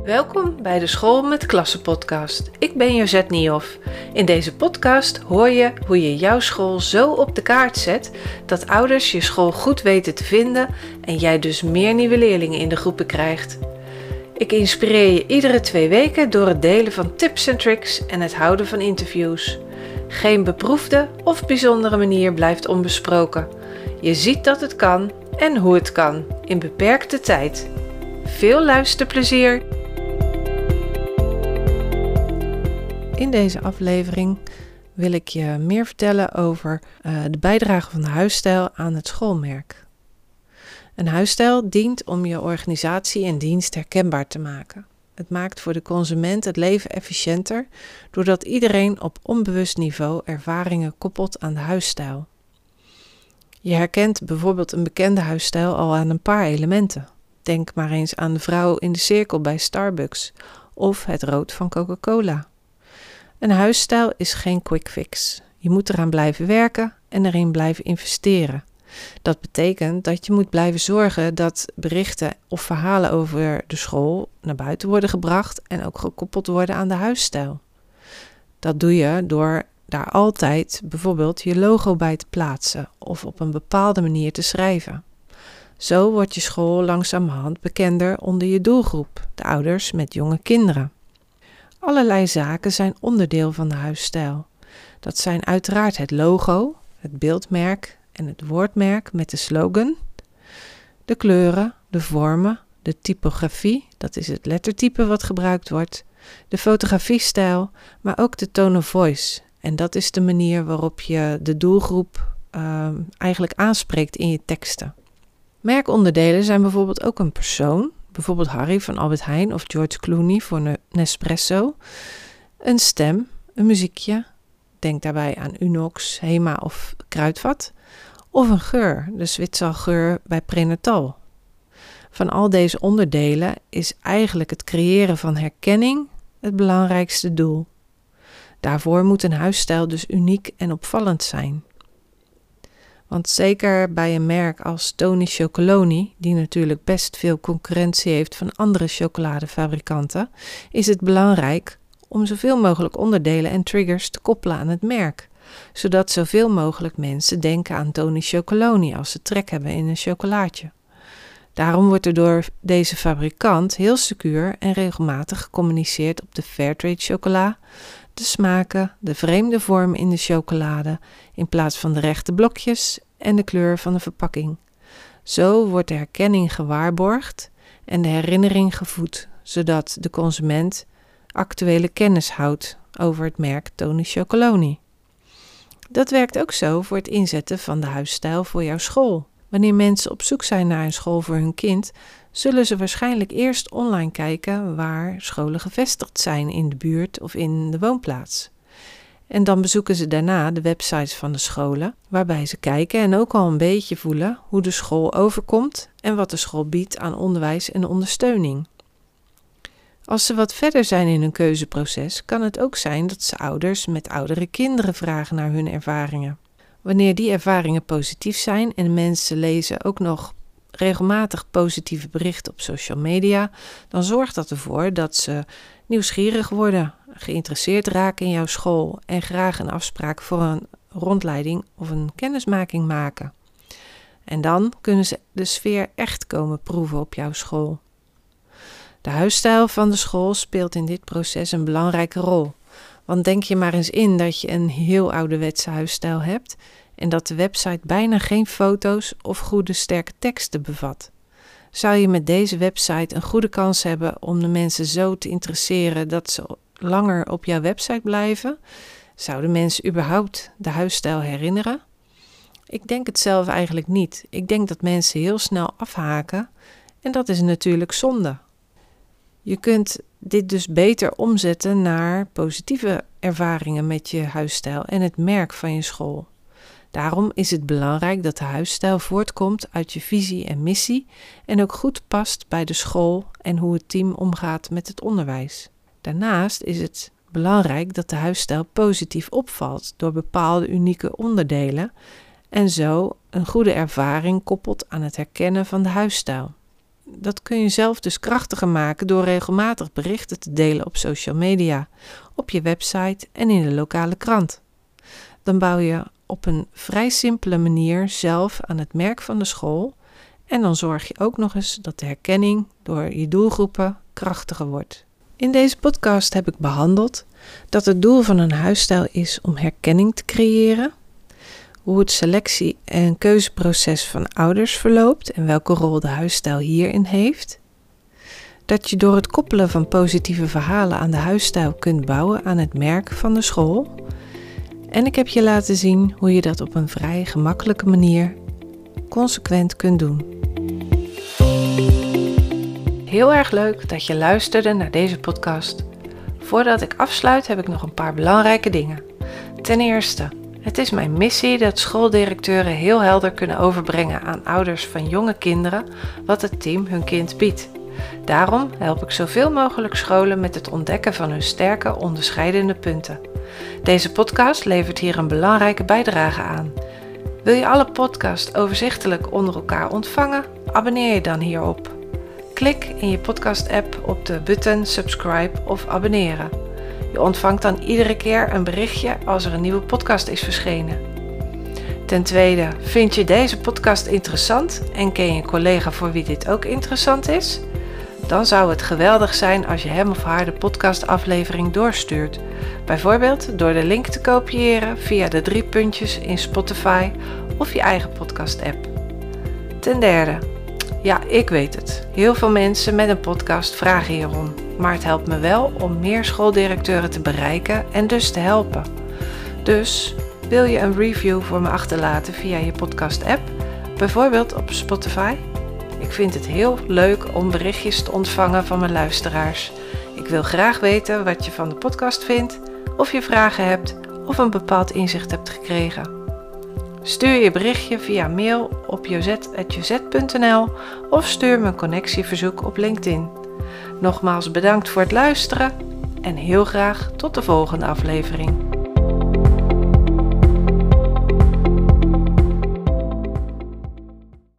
Welkom bij de School met Klassen podcast. Ik ben Josette Niehoff. In deze podcast hoor je hoe je jouw school zo op de kaart zet dat ouders je school goed weten te vinden en jij dus meer nieuwe leerlingen in de groepen krijgt. Ik inspireer je iedere 2 weken door het delen van tips en tricks en het houden van interviews. Geen beproefde of bijzondere manier blijft onbesproken. Je ziet dat het kan en hoe het kan in beperkte tijd. Veel luisterplezier! In deze aflevering wil ik je meer vertellen over de bijdrage van de huisstijl aan het schoolmerk. Een huisstijl dient om je organisatie en dienst herkenbaar te maken. Het maakt voor de consument het leven efficiënter, doordat iedereen op onbewust niveau ervaringen koppelt aan de huisstijl. Je herkent bijvoorbeeld een bekende huisstijl al aan een paar elementen. Denk maar eens aan de vrouw in de cirkel bij Starbucks of het rood van Coca-Cola. Een huisstijl is geen quick fix. Je moet eraan blijven werken en erin blijven investeren. Dat betekent dat je moet blijven zorgen dat berichten of verhalen over de school naar buiten worden gebracht en ook gekoppeld worden aan de huisstijl. Dat doe je door daar altijd bijvoorbeeld je logo bij te plaatsen of op een bepaalde manier te schrijven. Zo wordt je school langzamerhand bekender onder je doelgroep, de ouders met jonge kinderen. Allerlei zaken zijn onderdeel van de huisstijl. Dat zijn uiteraard het logo, het beeldmerk en het woordmerk met de slogan, de kleuren, de vormen, de typografie, dat is het lettertype wat gebruikt wordt, de fotografiestijl, maar ook de tone of voice. En dat is de manier waarop je de doelgroep eigenlijk aanspreekt in je teksten. Merkonderdelen zijn bijvoorbeeld ook een persoon, bijvoorbeeld Harry van Albert Heijn of George Clooney voor Nespresso, een stem, een muziekje, denk daarbij aan Unox, Hema of Kruidvat, of een geur, de Zwitsergeur bij Prenatal. Van al deze onderdelen is eigenlijk het creëren van herkenning het belangrijkste doel. Daarvoor moet een huisstijl dus uniek en opvallend zijn. Want zeker bij een merk als Tony Chocolonely, die natuurlijk best veel concurrentie heeft van andere chocoladefabrikanten, is het belangrijk om zoveel mogelijk onderdelen en triggers te koppelen aan het merk, zodat zoveel mogelijk mensen denken aan Tony Chocolonely als ze trek hebben in een chocolaatje. Daarom wordt er door deze fabrikant heel secuur en regelmatig gecommuniceerd op de Fairtrade chocola, de smaken, de vreemde vorm in de chocolade in plaats van de rechte blokjes en de kleur van de verpakking. Zo wordt de herkenning gewaarborgd en de herinnering gevoed, zodat de consument actuele kennis houdt over het merk Tony Chocolonely. Dat werkt ook zo voor het inzetten van de huisstijl voor jouw school. Wanneer mensen op zoek zijn naar een school voor hun kind, zullen ze waarschijnlijk eerst online kijken waar scholen gevestigd zijn in de buurt of in de woonplaats. En dan bezoeken ze daarna de websites van de scholen, waarbij ze kijken en ook al een beetje voelen hoe de school overkomt en wat de school biedt aan onderwijs en ondersteuning. Als ze wat verder zijn in hun keuzeproces, kan het ook zijn dat ze ouders met oudere kinderen vragen naar hun ervaringen. Wanneer die ervaringen positief zijn en mensen lezen ook nog regelmatig positieve berichten op social media, dan zorgt dat ervoor dat ze nieuwsgierig worden, geïnteresseerd raken in jouw school en graag een afspraak voor een rondleiding of een kennismaking maken. En dan kunnen ze de sfeer echt komen proeven op jouw school. De huisstijl van de school speelt in dit proces een belangrijke rol. Want denk je maar eens in dat je een heel ouderwetse huisstijl hebt en dat de website bijna geen foto's of goede sterke teksten bevat. Zou je met deze website een goede kans hebben om de mensen zo te interesseren dat ze langer op jouw website blijven? Zouden mensen überhaupt de huisstijl herinneren? Ik denk het zelf eigenlijk niet. Ik denk dat mensen heel snel afhaken en dat is natuurlijk zonde. Je kunt dit dus beter omzetten naar positieve ervaringen met je huisstijl en het merk van je school. Daarom is het belangrijk dat de huisstijl voortkomt uit je visie en missie en ook goed past bij de school en hoe het team omgaat met het onderwijs. Daarnaast is het belangrijk dat de huisstijl positief opvalt door bepaalde unieke onderdelen en zo een goede ervaring koppelt aan het herkennen van de huisstijl. dat kun je zelf dus krachtiger maken door regelmatig berichten te delen op social media, op je website en in de lokale krant. Dan bouw je op een vrij simpele manier zelf aan het merk van de school en dan zorg je ook nog eens dat de herkenning door je doelgroepen krachtiger wordt. In deze podcast heb ik behandeld dat het doel van een huisstijl is om herkenning te creëren, hoe het selectie- en keuzeproces van ouders verloopt en welke rol de huisstijl hierin heeft, dat je door het koppelen van positieve verhalen aan de huisstijl kunt bouwen aan het merk van de school en ik heb je laten zien hoe je dat op een vrij gemakkelijke manier consequent kunt doen. Heel erg leuk dat je luisterde naar deze podcast. Voordat ik afsluit heb ik nog een paar belangrijke dingen. Ten eerste, het is mijn missie dat schooldirecteuren heel helder kunnen overbrengen aan ouders van jonge kinderen wat het team hun kind biedt. Daarom help ik zoveel mogelijk scholen met het ontdekken van hun sterke onderscheidende punten. Deze podcast levert hier een belangrijke bijdrage aan. Wil je alle podcasts overzichtelijk onder elkaar ontvangen? Abonneer je dan hierop. Klik in je podcast-app op de button subscribe of abonneren. Je ontvangt dan iedere keer een berichtje als er een nieuwe podcast is verschenen. Ten tweede, vind je deze podcast interessant en ken je een collega voor wie dit ook interessant is? Dan zou het geweldig zijn als je hem of haar de podcastaflevering doorstuurt. Bijvoorbeeld door de link te kopiëren via de 3 puntjes in Spotify of je eigen podcast-app. Ten derde, ja, ik weet het. Heel veel mensen met een podcast vragen hierom. Maar het helpt me wel om meer schooldirecteuren te bereiken en dus te helpen. Dus wil je een review voor me achterlaten via je podcast-app, bijvoorbeeld op Spotify? Ik vind het heel leuk om berichtjes te ontvangen van mijn luisteraars. Ik wil graag weten wat je van de podcast vindt, of je vragen hebt of een bepaald inzicht hebt gekregen. Stuur je berichtje via mail op josette@josette.nl of stuur me een connectieverzoek op LinkedIn. Nogmaals bedankt voor het luisteren en heel graag tot de volgende aflevering.